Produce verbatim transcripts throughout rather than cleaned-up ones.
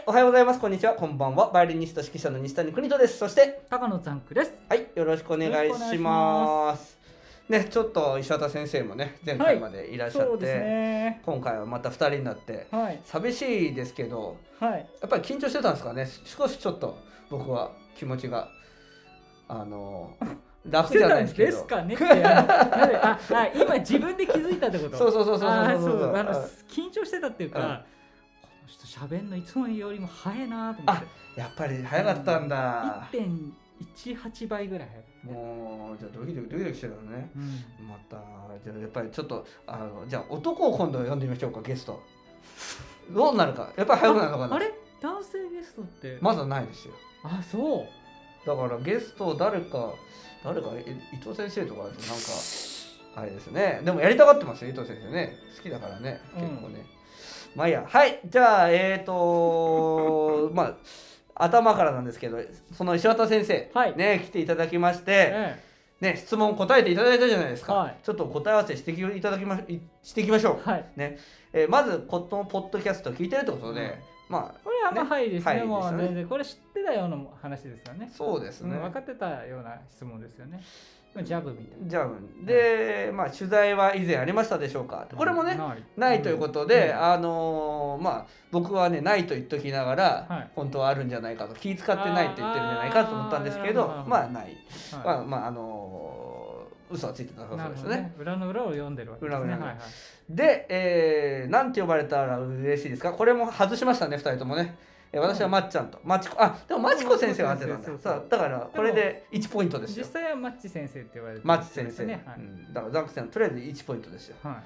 おはようございます。こんにちは。こんばんは。バイオリニスト指揮者の西谷邦人です。そして、 高野ザンクです。 はい、よろしくお願いします。ね、ちょっと石畑先生もね、前回までいらっしゃって、はい、そうですね、今回はまたふたりになって、はい、寂しいですけど、はい、やっぱり緊張してたんですかね。少しちょっと僕は気持ちが、あの楽じゃないですけど。 ですかねってああ今自分で気づいたってこと。 そうそうそうそうそうそう。 あの緊張してたっていうか、うん、この人喋んのいつもよりも早いなと思って。 あ、やっぱり早かったんだ。 いってんいちはち 倍ぐらい早かった。 もうじゃあドキドキドキドキしてたのね。うん、またじゃあやっぱりちょっとあのじゃあ男を今度呼んでみましょうか、ゲスト。どうなるか。やっぱり早くなるのかな。 あれ男性ゲストってまだないですよ。 あ、そう。 だからゲスト誰か誰か伊藤先生とかだとなんかあれですね。でもやりたがってますよ、伊藤先生ね。好きだからね、結構ね。うん、まあいいや。はい、じゃあえっ、ー、とまあ頭からなんですけど、その石畑先生、はい、ね来ていただきまして、ええ、ね質問答えていただいたじゃないですか。はい、ちょっと答え合わせしていただきましていきましょう。はい、ね、えー、まずこのポッドキャストを聞いてるってことで。うん、まあ、 これはまあはいですね。ねもう全然これ知ってたような話ですよね。 そうですね。 うん、分かってたような質問ですよね。ジャブみたいな。 ジャブで、はい、まあ取材は以前ありましたでしょうか。これもね、ない、ないということで、うん、あのー、まあ僕はねないと言っときながら、はい、本当はあるんじゃないかと気使ってないって言ってるんじゃないかと思ったんですけど、まあない。はい、まあまああのー、嘘はついてたそうですね。ね、 裏の裏を読んでるわけですね。裏裏はいはい、 で、えー、なんて呼ばれたら嬉しいですか。これも外しましたね、ふたりともね。私はまっちゃんと、まちこ、あ、でもまちこ先生が当てたんだ。そうだからこれでいちポイントですよ。 実際はマッチ先生って言われてる、 マッチ先生、ね、はい、うん、だからザンクさんとりあえずいちポイントですよ。はい、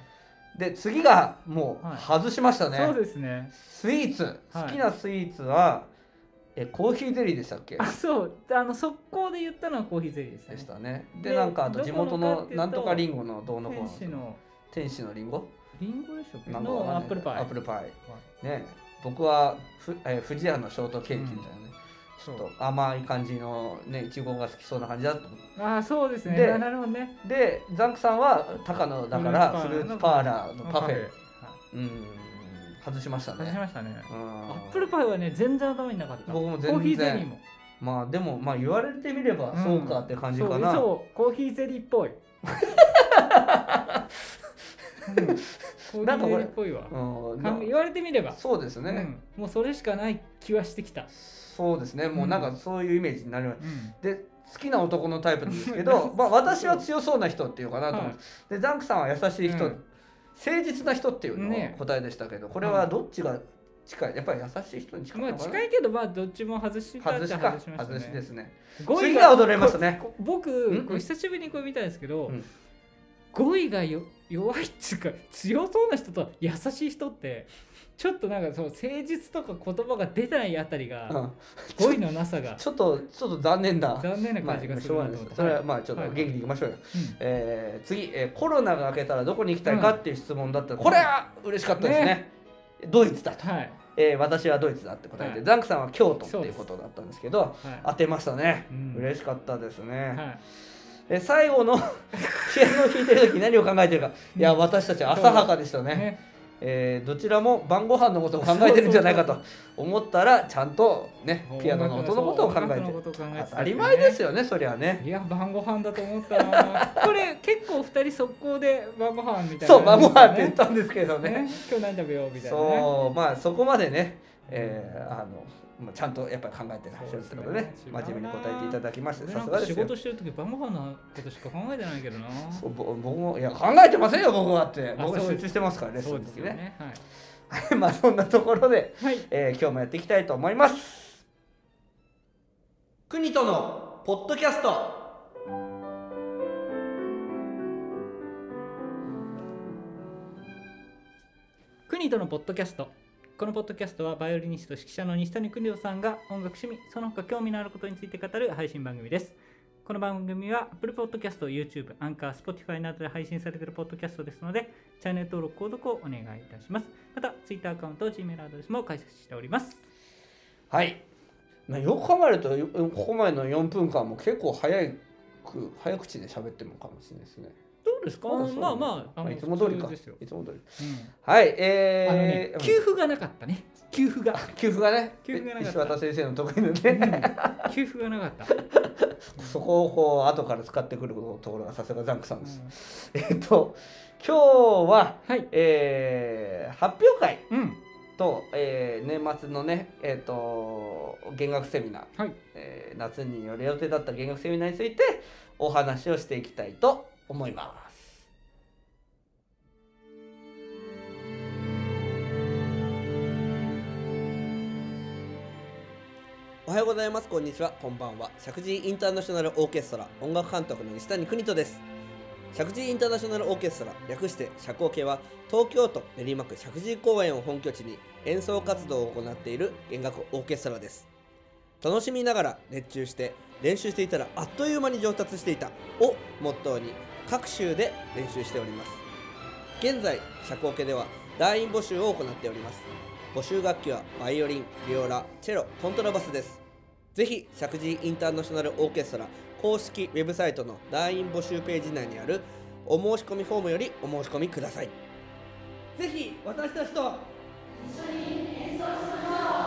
で次がもう外しましたね。 はい、そうですね。 スイーツ、好きなスイーツはえコーヒーゼリーでしたっけ？ あ、そう、あの速攻で言ったのはコーヒーゼリーでしたね。 でしたね。でなんかあと地元のなんとかリンゴのどうのこうの。 天使の天使のリンゴ？ リンゴでしょ？なんかアップルパイ。 アップルパイ。ね。僕はふ、えー、富士屋のショートケーキみたいなね、うん、ちょっと甘い感じのねいちごが好きそうな感じだと思う。ああそうですね。でなるほどね。 でザンクさんは高野だからフルーツパーラーのパフェ、うん、外しましたね。 外しましたね。アップルパイはね全然頭になかった。 僕も全然。 コーヒーゼリーも。 まあでもまあ言われてみればそうかって感じかな。うん、 そう、そうコーヒーゼリーっぽい。うん、なんかこれっぽいわ、うん、言われてみればそうですね、 うん、もうそれしかない気はしてきた。 そうですね、もうなんかそういうイメージになります、うん、で好きな男のタイプなんですけどまあ私は強そうな人っていうかなと思って、はい、でザンクさんは優しい人、うん、誠実な人っていうのが答えでしたけど、ね、これはどっちが近い？やっぱり優しい人に近いのかな。 まあ近いけどまあどっちも外したっちゃ外しましたね。 外しですね。次が踊れますね。 僕これ久しぶりにこれ見たんですけど、うん、語彙がよ弱いっていうか強そうな人と優しい人ってちょっとなんかそう誠実とか言葉が出てないあたりが、うん、語彙のなさがちょっとちょっと残念だ残念な感じがするなと思って、まあ、 それはまあちょっと元気にいきましょうよ、はいはい、えー、次、えー、コロナが明けたらどこに行きたいかっていう質問だったら、うん、これは嬉しかったですね、ね、ドイツだと、はい、えー、私はドイツだって答えて、はい、ザンクさんは京都っていうことだったんですけど、はい、当てましたね、うん、嬉しかったですね、はい、え最後のピアノを弾いてる時何を考えてるか、いや私たち浅はかでしたね、ね、えー、どちらも晩ご飯のことを考えてるんじゃないかと思ったらちゃんとねピアノの音のことを考えてる、当たり前ですよね、そりゃね。 いや晩ご飯だと思ったなこれ結構ふたり速攻で晩ご飯みたいな、ね、 そう晩ご飯って言ったんですけどね、 ね今日何食べようみたいな、 ね、そうまあそこまでね、えー、あのちゃんとやっぱり考えてらっしゃるってことでね、真面目に答えていただきまして、さすがですよ。 仕事してる時晩ご飯のことしか考えてないけどな。 そう僕もいや考えてませんよ僕はって、僕は集中してますからね。そうですよね。はい。まあそんなところで、はい、えー、今日もやっていきたいと思います。国とのポッドキャスト。 国とのポッドキャスト。このポッドキャストはバイオリニスト指揮者の西谷邦人さんが音楽趣味その他興味のあることについて語る配信番組です。この番組は Apple Podcast、YouTube、Anchor、Spotify などで配信されているポッドキャストですので、チャンネル登録、購読をお願いいたします。また Twitter アカウント、Gmail アドレスも開設しております。 はい、まあ、よく考えるとここまでのよんぷんかんも結構早く早口で喋ってるのかもしれないですね。 どうですか？まあまあ、まあ、 いつも通りか。いつも通り。はい、えー、あのね、給付がなかったね。 給付が給付がね給付がなかった。 石渡先生の得意のね、 うん、給付がなかった。 そこをこう後から使ってくるところがさすがザンクさんです、うん、えっと今日は、はい、えー、発表会と、うん、えー、年末のね、えー、と弦楽セミナー、はい、えー、夏による予定だった弦楽セミナーについてお話をしていきたいと思います。おはようございます。こんにちは。こんばんは。石神井インターナショナルオーケストラ音楽監督の西谷邦人です。石神井インターナショナルオーケストラ、略して社交系は、東京都練馬区石神井公園を本拠地に演奏活動を行っている弦楽オーケストラです。楽しみながら熱中して練習していたらあっという間に上達していたをモットーに各州で練習しております。現在社交系では団員募集を行っております。募集楽器はバイオリン、ビオラ、チェロ、コントラバスです。ぜひ石神井インターナショナルオーケストラ公式ウェブサイトの団員募集ページ内にあるお申し込みフォームよりお申し込みください。ぜひ私たちと一緒に演奏しましょう。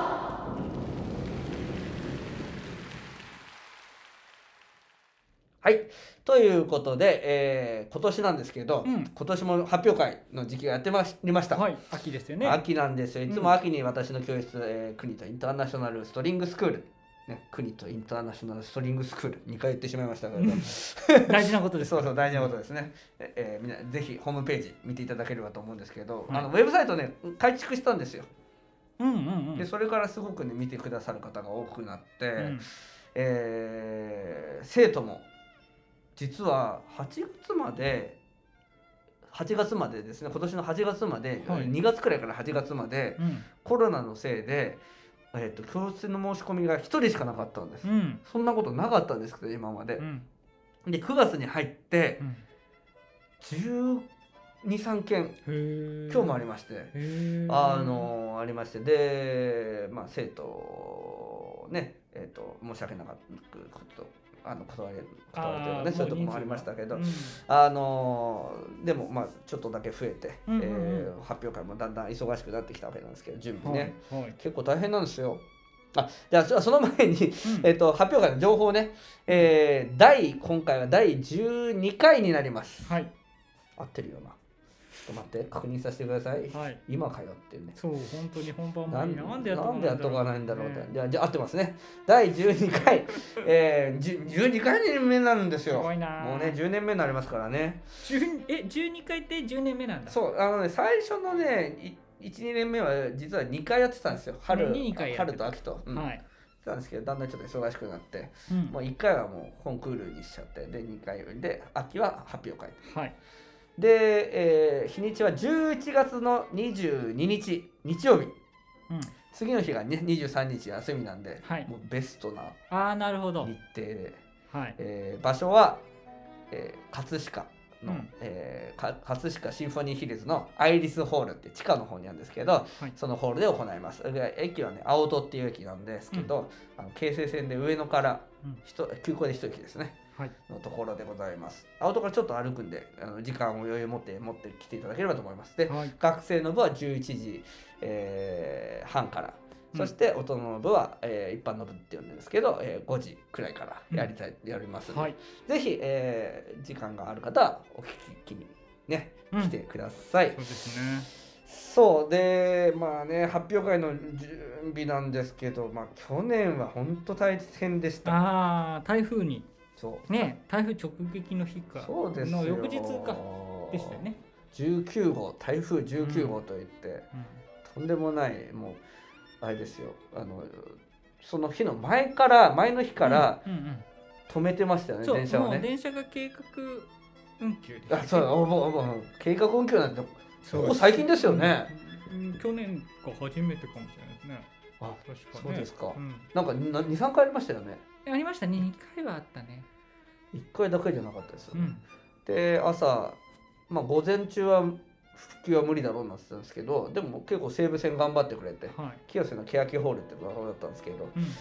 はい、ということで、えー、今年なんですけど、うん、今年も発表会の時期がやってまいりました。 はい、秋ですよね。 秋なんですよ。いつも秋に私の教室、うん、えー、国とインターナショナルストリングスクール、ね、国とインターナショナルストリングスクールにかい言ってしまいましたけど、 大事なことです。 そうそう、大事なことですね。えー、みんなぜひホームページ見ていただければと思うんですけど、はい、あのウェブサイトね改築したんですよ。 うんうんうん、 でそれからすごくね見てくださる方が多くなって、うん、えー、生徒も実ははちがつまではちがつまでですね、今年のはちがつまで、はい、にがつくらいからはちがつまで、うん、コロナのせいで、えー、と教室の申し込みがひとりしかなかったんです、うん、そんなことなかったんですけど今まで、うん、でくがつに入ってじゅうに、さんけん今日もありましてあのありましてで、まあ、生徒ね、えー、と申し訳なかったことあの断れ断れてるね、そういうところもありましたけど、うん、あのでもまあちょっとだけ増えて、うんうんうん、えー、発表会もだんだん忙しくなってきたわけなんですけど準備ね、はいはい、結構大変なんですよ。あじゃあその前に、うん、えーと発表会の情報ね、えー、第今回はだいじゅうにかいになります、はい、合ってるよな。ちょっと待って確認させてください、はい、今かよっていうね。 そう本当に本番前になんでやっとかないんだろうって、ね、じゃあじゃあ合ってますね。だいじゅうにかい、えー、じゅうにかい目になるんですよ。 すごいな。 もうねじゅうねんめになりますからね。 えじゅうにかいってじゅうねんめなんだ。 そうあのね最初のねいち、にねんめは実はにかいやってたんですよ。春、ね、春と秋と、うん、はいなんですけどだんだんちょっと忙しくなって、うん、もういっかいはもうコンクールにしちゃってでにかいで秋は発表会。はいで、えー、日にちはじゅういちがつのにじゅうににち日曜日、うん、次の日が、ね、にじゅうさんにち休みなんで、はい、もうベストな日程で、はいえー、場所は、えー、葛飾の、うんえー、葛飾シンフォニーヒルズのアイリスホールって地下の方にあるんですけど、はい、そのホールで行います。駅はね青戸っていう駅なんですけど、うん、あの京成線で上野から、うん、急行で一駅ですねはい、のところでございます。青戸からちょっと歩くんであの時間を余裕持って持ってきていただければと思います。で、はい、学生の部はじゅういちじ、えー、半から、うん、そして大人の部は、えー、一般の部って呼んでるんですけど、えー、ごじくらいからやりたい、うん、やりますので、はい、ぜひ、えー、時間がある方はお聞きにね、うん、来てください。 そうですね。 そうでまあね発表会の準備なんですけど、まあ、去年は本当大変でした。 ああ台風にそうね台風直撃の日かそうですの翌日かでしたよね。 じゅうきゅうごう台風じゅうきゅうごうといって、うんうん、とんでもないもうあれですよあのその日の前から前の日から止めてましたよね、うんうんうん、電車をね。 もう電車が計画運休で、ね、 あそうもうもう計画運休なんてここ最近ですよね、 うん、去年が初めてかもしれないですね。 あ確か、ね、そうですか、うん、なんか にさんかいありましたよね。 ありましたね。にかいはあったね。 いっかいだけじゃなかったですよね、うん、で朝、まあ、午前中は復旧は無理だろうなって言ったんですけどでも結構西武線頑張ってくれて、はい、清瀬の欅ホールってところだったんですけど、うん、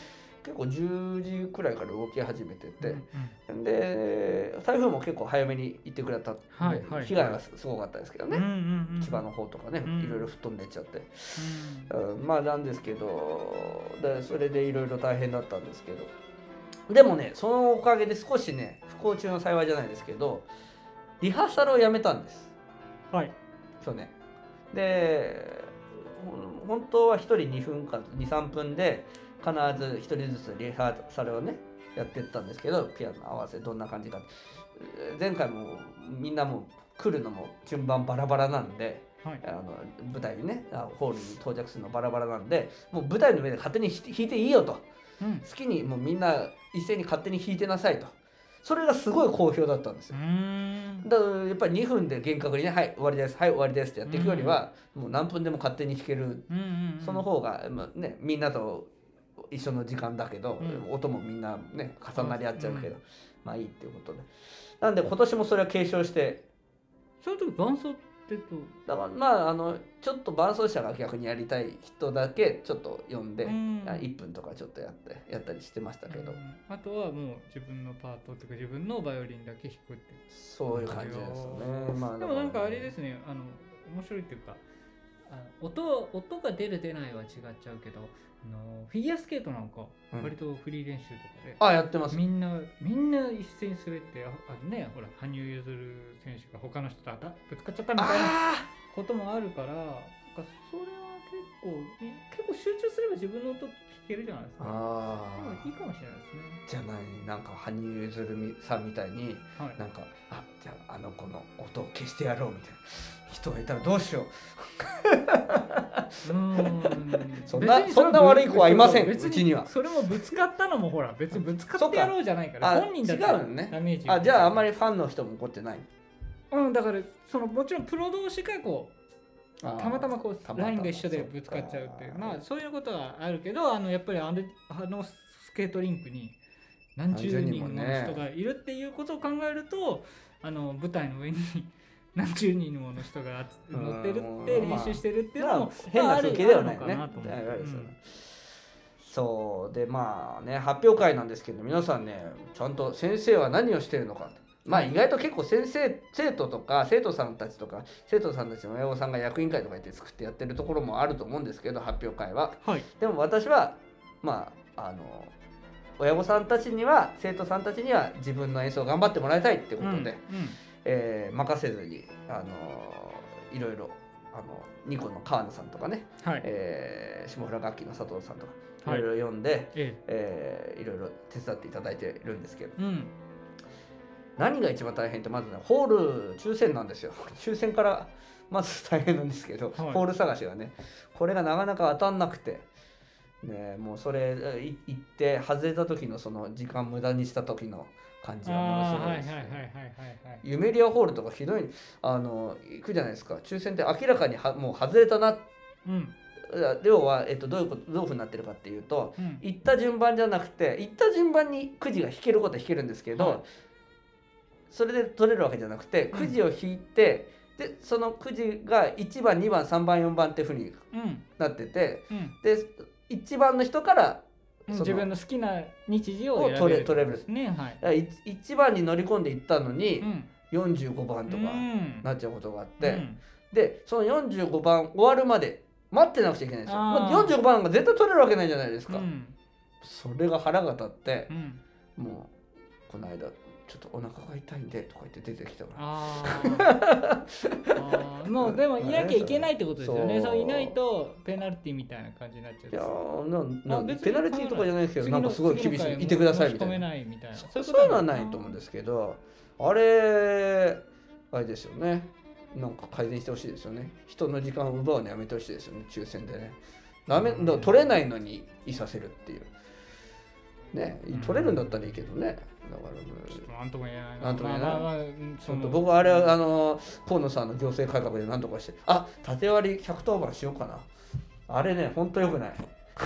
結構じゅうじくらいから動き始めてて、うんうん、で台風も結構早めに行ってくれたんで、はいはい、被害はすごかったですけどね、うんうんうん、千葉の方とかね、うん、いろいろ吹っ飛んでっちゃって、うんうん、まあなんですけどでそれでいろいろ大変だったんですけど、でもねそのおかげで少しね不幸中の幸いじゃないですけどリハーサルをやめたんです。 はい。 去年で本当はひとりにふんかにさんぷんで必ずひとりずつリハーサルをねやってったんですけど、ピアノ合わせどんな感じか前回もみんなも来るのも順番バラバラなんで、はい、あの舞台にねホールに到着するのバラバラなんでもう舞台の上で勝手に弾いていいよと、うん、好きにもうみんな一斉に勝手に弾いてなさいと、それがすごい好評だったんですよ。だからやっぱりにふんで厳格にねはい終わりですはい終わりですってやっていくよりは、うん、もう何分でも勝手に弾ける、うんうんうん、その方が、まあね、みんなと一緒の時間だけど、うん、音もみんなね重なり合っちゃうけど、うん、まあいいっていうことで、なんで今年もそれは継承して。 その時伴奏ってとだからまああのちょっと伴奏者が逆にやりたい人だけちょっと呼んで、うん、いっぷんとかちょっとやってやったりしてましたけど、うん、 あとはもう自分のパートとか自分のバイオリンだけ弾くってそういう感じですね。まあ、 でもなんかあれですね、あの面白いっていうかあ音音が出る出ないは違っちゃうけど、あのフィギュアスケートなんか割とフリー練習とかで、 うん、あやってます。 みんなみんな一斉に滑ってあのねほら羽生結弦選手が他の人と当たぶつかっちゃったみたいなこともあるから、なんかそれは結構結構集中すれば自分の音聞けるじゃないですか。ああいいかもしれないですね。 じゃないなんか羽生結弦さんみたいに、はい、なんかあじゃああの子の音を消してやろうみたいな人がいたらどうしよう。うーんそんなそんな悪い子はいません。うちには。 それもぶつかったのもほら別にぶつかってやろうじゃないから本人だってダメージ。 あじゃああんまりファンの人も怒ってない。 うんだからそのもちろんプロ同士がこうたまたまこうラインが一緒でぶつかっちゃうっていうまあそういうことはあるけど、あのやっぱりあのあのスケートリンクに何十人もの人がいるっていうことを考えると、あの舞台の上に何十人もの人が乗ってるって練習してるっていうのも変な風景ではないね。そうでまあね発表会なんですけど皆さんねちゃんと先生は何をしてるのか。まあ意外と結構先生生徒とか生徒さんたちとか生徒さんたちの親御さんが役員会とか言って作ってやってるところもあると思うんですけど発表会は、はい、でも私はまああの親御さんたちには生徒さんたちには自分の演奏を頑張ってもらいたいってことで、うんうんえー、任せずにあのいろいろあのニコの川野さんとかね、はいえー、下倉楽器の佐藤さんとかいろいろ読んで、はいええー、いろいろ手伝っていただいているんですけど、うん何が一番大変ってまずねホール抽選なんですよ。抽選からまず大変なんですけど、はい、ホール探しがねこれがなかなか当たんなくて、ね、もうそれ行って外れた時のその時間無駄にした時の感じがものすごいですね。ユメリアホールとかひどいあの行くじゃないですか。抽選って明らかにはもう外れたな、うん要は、えっと、どういうことどういうふうになってるかっていうと、うん、行った順番じゃなくて行った順番にくじが引けることは引けるんですけど、はいそれで取れるわけじゃなくてくじを引いて、うん、でそのくじがいちばんにばんさんばんよんばんっていうふうになってて、うん、でいちばんの人からその自分の好きな日時を取れ取れる、ねはい、いちばんに乗り込んでいったのに、うん、よんじゅうごばんとかなっちゃうことがあって、うん、でそのよんじゅうごばん終わるまで待ってなくちゃいけないんですよ。もうよんじゅうごばんが絶対取れるわけないじゃないですか、うん、それが腹が立って、もうこの間ちょっとお腹が痛いんでとか言って出てきたからああもうでもいなきゃいけないってことですよね。そういないとペナルティみたいな感じになっちゃう。いやななペナルティとかじゃないですけどなんかすごい厳しいいてくださいみたいなそういうのはないと思うんですけど、あれあれですよねなんか改善してほしいですよね。人の時間を奪うのやめてほしいですよね抽選でね。ダメだ取れないのにいさせるっていうね取れるんだったらいいけどね。だからちょっとなんとも言えないな。 なんとも言えない。まあまあまあ、ちょっと僕はあれはあの河野さんの行政改革で何とかして、あ縦割りひゃくとおばんしようかな。あれね本当良くない。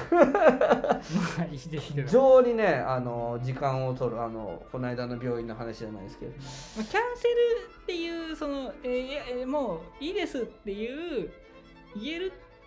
非常にねあの時間を取るあのこの間の病院の話じゃないですけど、 キャンセルっていうその、えー、もういいですっていう言える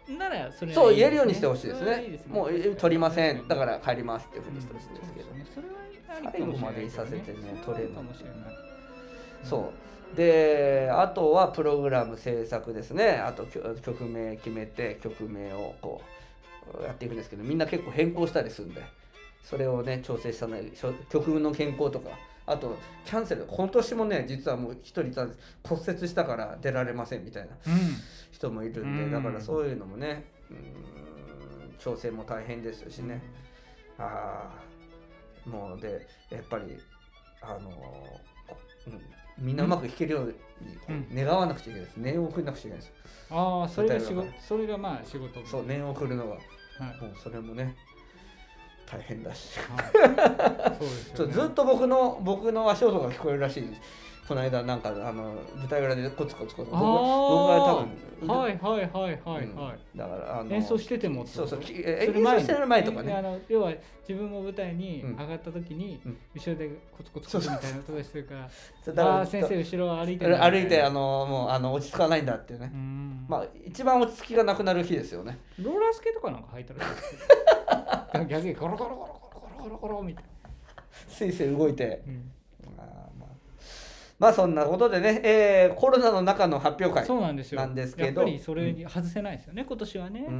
ならそれ、ね、 そう言えるようにしてほしいですね。 いいですね、 もう取りませんだから帰りますっていうふうにしてほしいんですけど、うん、 ね、それは最後までいさせてね取れるかもしれない。 そうで、あとはプログラム制作ですね。あと曲名決めて曲名をこうやっていくんですけど、みんな結構変更したりするんで、それをね調整したね、曲の変更とか、あとキャンセル、今年もね実はもう一人いたんです、骨折したから出られませんみたいな人もいるんで、うん、だからそういうのもね、うん、調整も大変ですしね、うん、ああもうでやっぱりあの、うん、みんなうまく弾けるように願わなくちゃいけないです、うん、念を送らなくちゃいけないです。 ああ、それが仕事、それがまあ仕事。 そう、念を送るのが、はい、もうそれもね大変だし、 はい、そうですよね、 ずっと僕の僕の足音が聞こえるらしいです。この間なんかあの舞台裏でコツコツコツ僕が多分はいはいはいはいはい、うん、 だからあの演奏しててもそうそう演奏してる前とかね、 あの要は自分も舞台に上がった時に、うん、後ろでコツコツコツみたいな音がしてるから、ああ先生後ろ歩いてる歩いてあのもうあの落ち着かないんだっていうね、うん、まあ一番落ち着きがなくなる日ですよね。 ローラースケートかなんか履いたら逆にゴロゴロゴロゴロゴロゴロみたいなスイスイ動いて、うん、まあまあまあそんなことでね、えー、コロナの中の発表会なんですけど、 そうなんですよ。やっぱりそれに外せないですよね、うん、今年はね。うん、うん、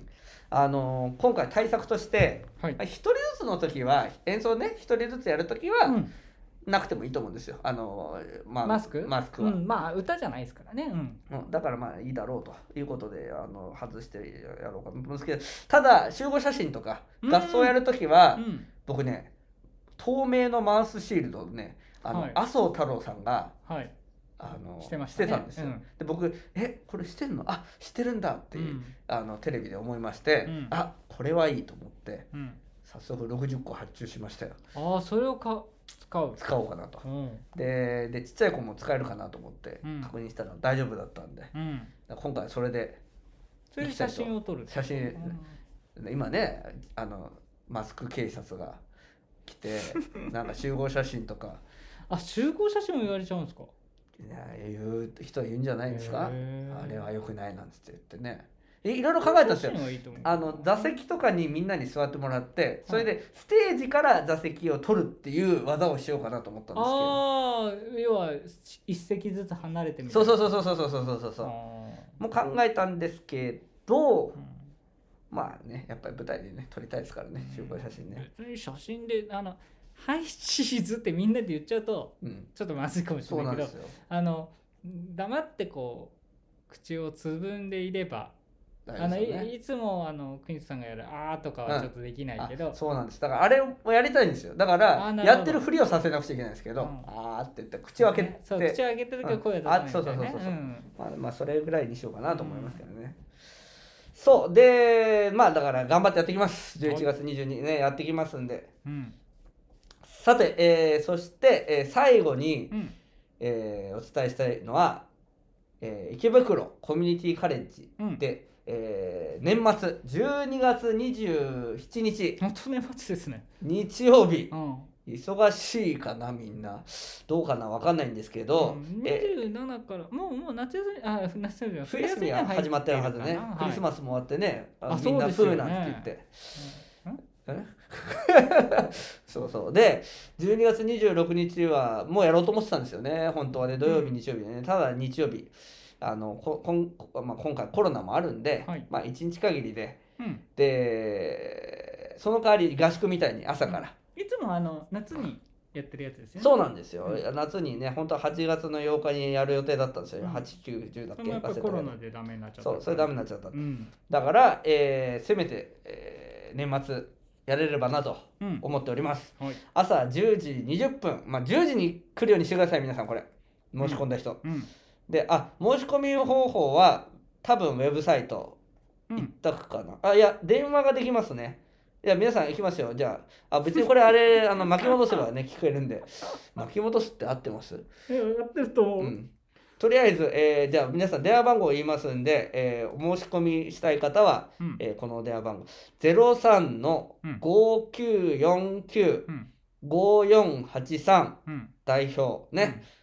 あのー、今回対策として、はい、一人ずつの時は演奏ね一人ずつやる時は、うん、なくてもいいと思うんですよ。あのー、まあ、 マスクマスクは、 うん、まあ歌じゃないですからね、うんうん、だからまあいいだろうということであの外してやろうかと思うんですけど、ただ集合写真とか合奏やる時は、うん、僕ね透明のマウスシールドをねあの、はい、麻生太郎さんが、はい、あのしてましたね、してたんですよ、うん、で僕えこれしてんのあしてるんだって、うん、あのテレビで思いまして、うん、あこれはいいと思って、うん、早速ろくじゅっこ発注しましたよ。 ああそれをか使う使おうかなと、うん、で, でちっちゃい子も使えるかなと思って確認したら大丈夫だったんで、うん、今回それでそれで写真を撮る写真、うん、今ねあのマスク警察が来てなんか集合写真とかあ集合写真も言われちゃうんですか。 いや言う人はいるんじゃないですか。あれは良くないなんて言ってねいろいろ考えたんですよ。いいあの座席とかにみんなに座ってもらってそれでステージから座席を取るっていう技をしようかなと思ったんですけど、 ああ要は一席ずつ離れてみたいな。そうそうそうそうそうそうそうそうもう考えたんですけど、うん、まあねやっぱり舞台でね撮りたいですからね集合写真ね。 別に写真であのはいチーズってみんなで言っちゃうと、うん、ちょっとまずいかもしれないけどあの黙ってこう口をつぶんでいればあの い, いつもあのクニスさんがやるあーとかはちょっとできないけど、 うん、そうなんです。だからあれをやりたいんですよ。だからやってるふりをさせなくちゃいけないんですけど、うん、あーって言って口を開けて、ね、 そう口を開けた時は声を出さないみたいなね。そうそうそうそう、うん、 まあ、まあそれぐらいにしようかなと思いますけどね、うん、そうでまあだから頑張ってやっていきます。じゅういちがつにじゅうににちねやっていきますんで、うん、さて、えー、そして、えー、最後に、うんえー、お伝えしたいのは、えー、池袋コミュニティカレッジで、うんえー、年末じゅうにがつにじゅうしちにち本当年末ですね。 日曜日、うん、忙しいかなみんなどうかな分かんないんですけど、うん、 にじゅうしちからもうもう夏休みあ夏休み冬休みは始まってるはずね、はい、クリスマスも終わってねあみんなプーなんて言って、うん、そうそうでじゅうにがつにじゅうろくにちはもうやろうと思ってたんですよね本当はね土曜日日曜日ね、うん、ただ日曜日あのここん、まあ、今回コロナもあるんで、はいまあ、いちにち限りで、うん、でその代わり合宿みたいに朝から、 うん、いつもあの夏にやってるやつですよね。 そうなんですよ、うん、夏にね本当ははちがつのようかにやる予定だったんですよ、うん、はち、きゅう、じゅうだっけ。 やっぱコロナでダメになっちゃった。 そうそれダメになっちゃった、うん、だから、えー、せめて、えー、年末やれればなと思っております、うんはい、朝じゅうじにじゅっぷん、まあ、じゅうじに来るようにしてください皆さんこれ申し込んだ人、うんうんであ申し込み方法は多分ウェブサイト一択かな、うん、あいや電話ができますね。いや皆さん行きますよ。じゃあ、あ別にこれあれあの巻き戻せばね聞けるんで巻き戻すって合ってます？ え合ってると思う、うん、 とりあえず、えー、じゃあ皆さん電話番号を言いますんで、えー、お申し込みしたい方は、うんえー、この電話番号 ゼロさんのごきゅうよんきゅうごよんはちさん、うん、代表ね、うん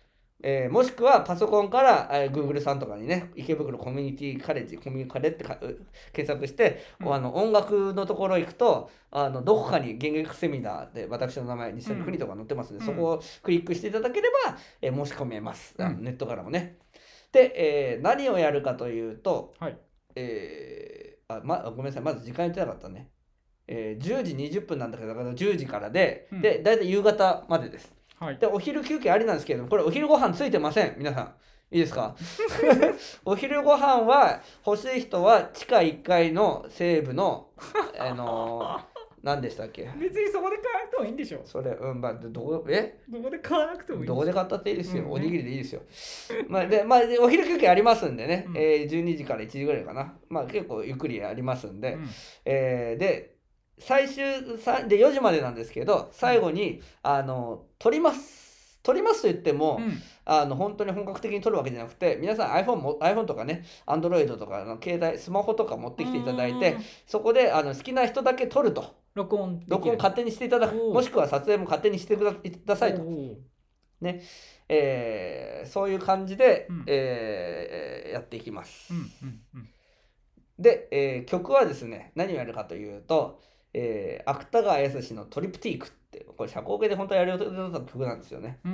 えー、もしくはパソコンから、えー、Google さんとかにね、池袋コミュニティカレッジ、コミュニカレってか検索して、うん、あの音楽のところ行くと、あのどこかに弦楽セミナーで私の名前、西谷邦人が載ってますので、うん、そこをクリックしていただければ、えー、申し込めます、うん、ネットからもね。で、えー、何をやるかというと、はい、えーあま、ごめんなさい、まず時間言ってなかったね。えー、じゅうじにじゅっぷんなんだけど、だからじゅうじからで、うん、で、だいたい夕方までです。はい、で、お昼休憩ありなんですけど、これお昼ご飯ついてません、皆さん。いいですかお昼ご飯は欲しい人は地下いっかいの西部の、あのー、何でしたっけ。 別にそこで買わなくてもいいんでしょ。 それ、うん、まあ、どこ、えどこで買わなくてもいいんでしょ。 どこで買ったっていいですよ。うん、おにぎりでいいですよ。まあ、で、まあ、お昼休憩ありますんでね、うん、えー、じゅうにじからいちじぐらいかな。まあ、結構ゆっくりありますんで、うん、えー、で、最終でよじまでなんですけど、最後に、あの、撮ります。撮りますと言っても、うん、あの本当に本格的に撮るわけじゃなくて、皆さん iPhone も iPhone とかね、Android とかの携帯、スマホとか持ってきていただいて、そこであの好きな人だけ撮ると。 録音録音勝手にしていただく。もしくは撮影も勝手にしてくださいと。ね。えー、そういう感じで、うん、えー、やっていきます。うんうんうん、で、えー、曲はですね、何をやるかというと、えー、芥川康のトリプティークって、これ社交系で本当はやる予定だった曲なんですよね。うん、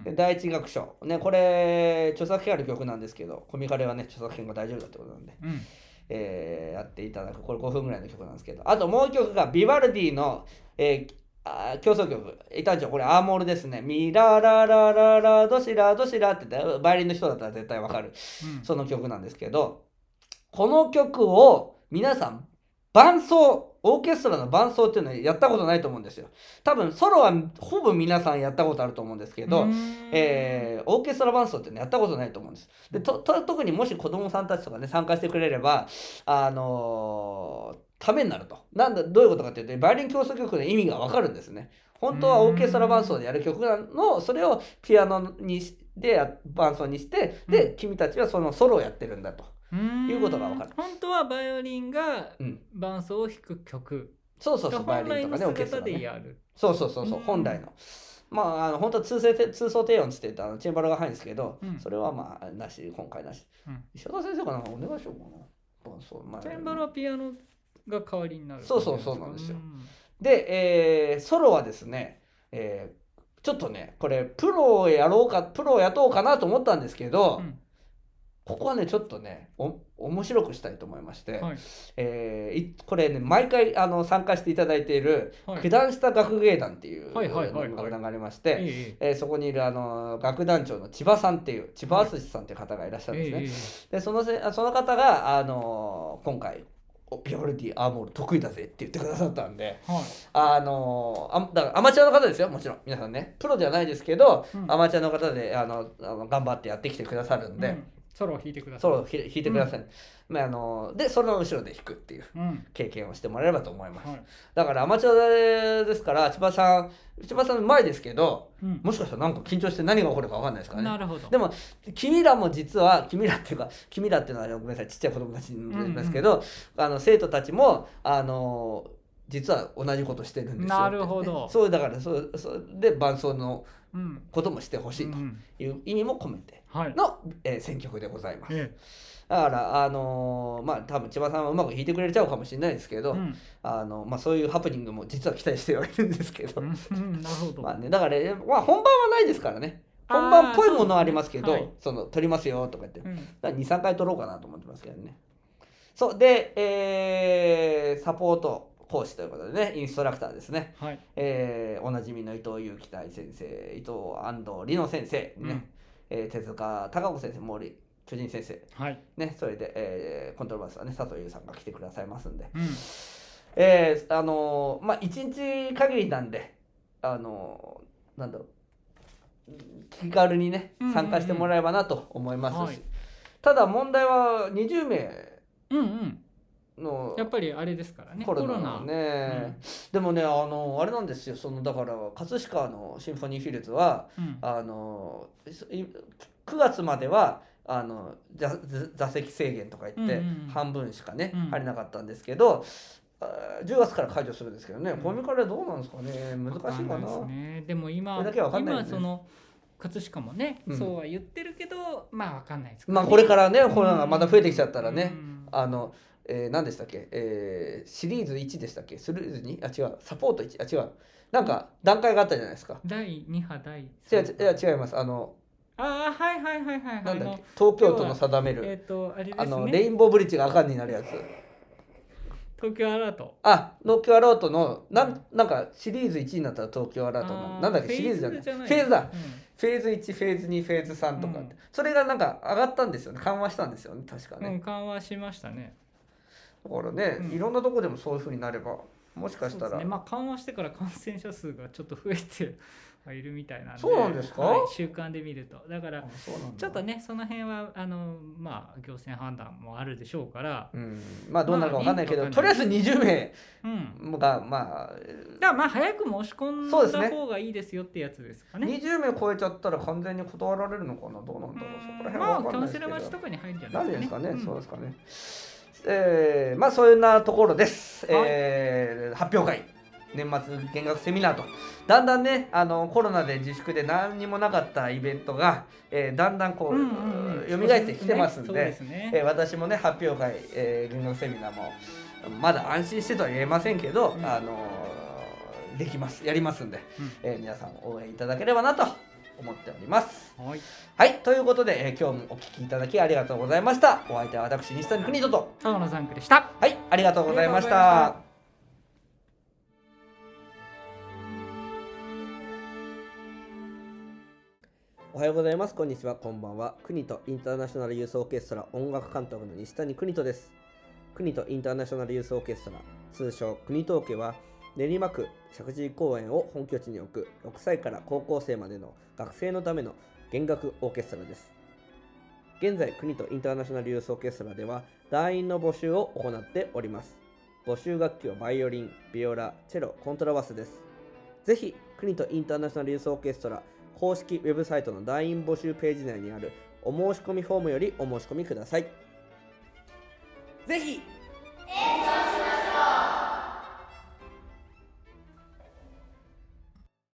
で第一楽章。ね、これ、著作権ある曲なんですけど、コミカレはね、著作権が大丈夫だってことなんで、うん、えー、やっていただく。これごふんぐらいの曲なんですけど、あともう一曲がビバルディの、えーあ競争曲。いたんちゃうこれアーモールですね。ミラララララドシラドシラって言ってバイオリンの人だったら絶対わかる、うん、その曲なんですけど、この曲を皆さん伴奏、オーケストラの伴奏っていうのはやったことないと思うんですよ。多分ソロはほぼ皆さんやったことあると思うんですけど、えー、オーケストラ伴奏ってねやったことないと思うんです。でとと特にもし子供さんたちとかね参加してくれればあのーためになると。なんだどういうことかっていうと、バイオリン競争曲の意味がわかるんですね。本当はオーケストラ伴奏でやる曲なの、それをピアノにで伴奏にして、で、うん、君たちはそのソロをやってるんだということがわかる。 本当はバイオリンが伴奏を弾く曲、うん、 そうそうそう、バイオリンとかね、オーケストラね。そうそうそうそう、本来の。まあ、あの本当は通奏低音って言ってあのチェンバロが入るんですけど、うん、それはまあなし、今回なし。うん、石田先生かなんかお願いしようかな。伴奏、まあ、 チェンバロはピアノが代わりになる。 そうそうそうなんですよ。うん、で、えー、ソロはですね、えー、ちょっとねこれプロをやろうかプロを雇おうかなと思ったんですけど、うん、ここはねちょっとねお面白くしたいと思いまして、はい、えー、これね毎回あの参加していただいている、はい、九段下学芸団っていうのが流れまして、そこにいるあの楽団長の千葉さんっていう千葉敦さんっていう方がいらっしゃるんですね。でそのせその方があの今回ビオルディアーモール得意だぜって言ってくださったんで、はい、あのあだからアマチュアの方ですよ、もちろん皆さんねプロではないですけど、うん、アマチュアの方であのあの頑張ってやってきてくださるんで、うん、 ソロを弾いてください。 ソロを弾いてください、うんまあ、あのでその後ろで弾くっていう経験をしてもらえればと思います、うんはい、だからアマチュアですから千葉さん千葉さんうまいですけど、うん、もしかしたらなんか緊張して何が起こるか分かんないですからね。 なるほど。 でも君らも実は君らっていうか君らっていうのはごめんなさいちっちゃい子供たちなんですけど、うんうん、あの生徒たちもあの実は同じことしてるんですよ、ね、 なるほど。 そうだからそうそうで伴奏のこともしてほしいという意味も込めての、うんえー、選曲でございます、はいだからあのー、まあ多分千葉さんはうまく弾いてくれちゃうかもしれないですけど、うんあのまあ、そういうハプニングも実は期待してはいるんですけど、 うん、なるほど。 まあね、だから、ねまあ、本番はないですからね本番っぽいものはありますけど、そ、ねはい、その撮りますよとか言って、うん、にさんかい撮ろうかなと思ってますけどね。そうで、えー、サポート講師ということでねインストラクターですね、はいえー、おなじみの伊藤祐樹大先生伊藤安藤里乃先生、ねうんえー、手塚孝子先生森巨人先生、はいね、それで、えー、コントロバースはね佐藤優さんが来てくださいますんで、うんえー、あのー、まあ一日限りなんであのー、なんだろう気軽にね参加してもらえばなと思いますし、うんうんうんはい、ただ問題はにじゅうめいの、 うんうん、やっぱりあれですからねコロナのね、うん、でもねあのあれなんですよそのだから葛飾のシンフォニーヒルズは、うん、あのくがつまではあの座席制限とか言って半分しかね、うんうん、入れなかったんですけどじゅうがつから解除するんですけどね、うん、コミカルどうなんですかね難しいかな。 ですね、でも今、だけは分かんないよね、今その葛飾もね、うん、そうは言ってるけどまあわかんないですか、ね、まあこれからねコロナがまた増えてきちゃったらね、うん、あの、えー、何でしたっけ、えー、シリーズいちでしたっけ、シリーズにあ違うサポートいちあ違うなんか段階があったじゃないですか。 だいに波だいさん波。いや違います。あのああはいはいはいはい、 なんだっけ、東京都の定める、 えーとあれですね、 あのレインボーブリッジが赤になるやつ、 東京アラート、 あ東京アラートのなん、なんかシリーズいちになったら東京アラートのなんだっけシリーズじゃないフェーズだ、うん、フェーズいちフェーズにフェーズさんとかって、うん、それがなんか上がったんですよね、緩和したんですよね確かね、 うん、緩和しましたね。 だからね、うん、いろんなとこでもそういう風になればもしかしたら、 ね、まあ緩和してから感染者数がちょっと増えているみたいなんで、 そうなんですか、 はい、週間で見るとだからちょっとねその辺はあのまあ行政判断もあるでしょうから、 うん、まあどうなるか分かんないけど、まあ、とりあえずにじゅうめいが、うん、まあだからまあ早く申し込んだ方がいいですよってやつですかね。 にじゅうめい超えちゃったら完全に断られるのかな、どうなんだろう、そこら辺は分かんないですけど、 まあキャンセル待ちとかに入るんじゃないですかね。 なんですかね、うん、そうですかね。えー、まあそんなところです、はい、えー、発表会、年末見学セミナーとだんだんねあのコロナで自粛で何にもなかったイベントが、えー、だんだんこう、うんうんうん、蘇ってきてますんで、で、ねえー、私もね発表会、えー、見学セミナーもまだ安心してとは言えませんけど、うん、あのー、できますやりますんで、うん、えー、皆さん応援いただければなと思っております。はい、はい、ということで、えー、今日もお聞きいただきありがとうございました。お相手は私西谷邦人と佐野ザンクでした。 はい、ありがとうございました。おはようございます。こんにちは。こんばんは。国とインターナショナルユースオーケストラ音楽監督の西谷邦人です。国とインターナショナルユースオーケストラ、通称国東家は練馬区石神井公園を本拠地に置くろくさいから高校生までの学生のための弦楽オーケストラです。現在、国とインターナショナルユースオーケストラでは団員の募集を行っております。募集楽器はバイオリン、ビオラ、チェロ、コントラバスです。ぜひ、国とインターナショナルユースオーケストラ公式ウェブサイトの団員募集ページ内にあるお申し込みフォームよりお申し込みください。ぜひ演奏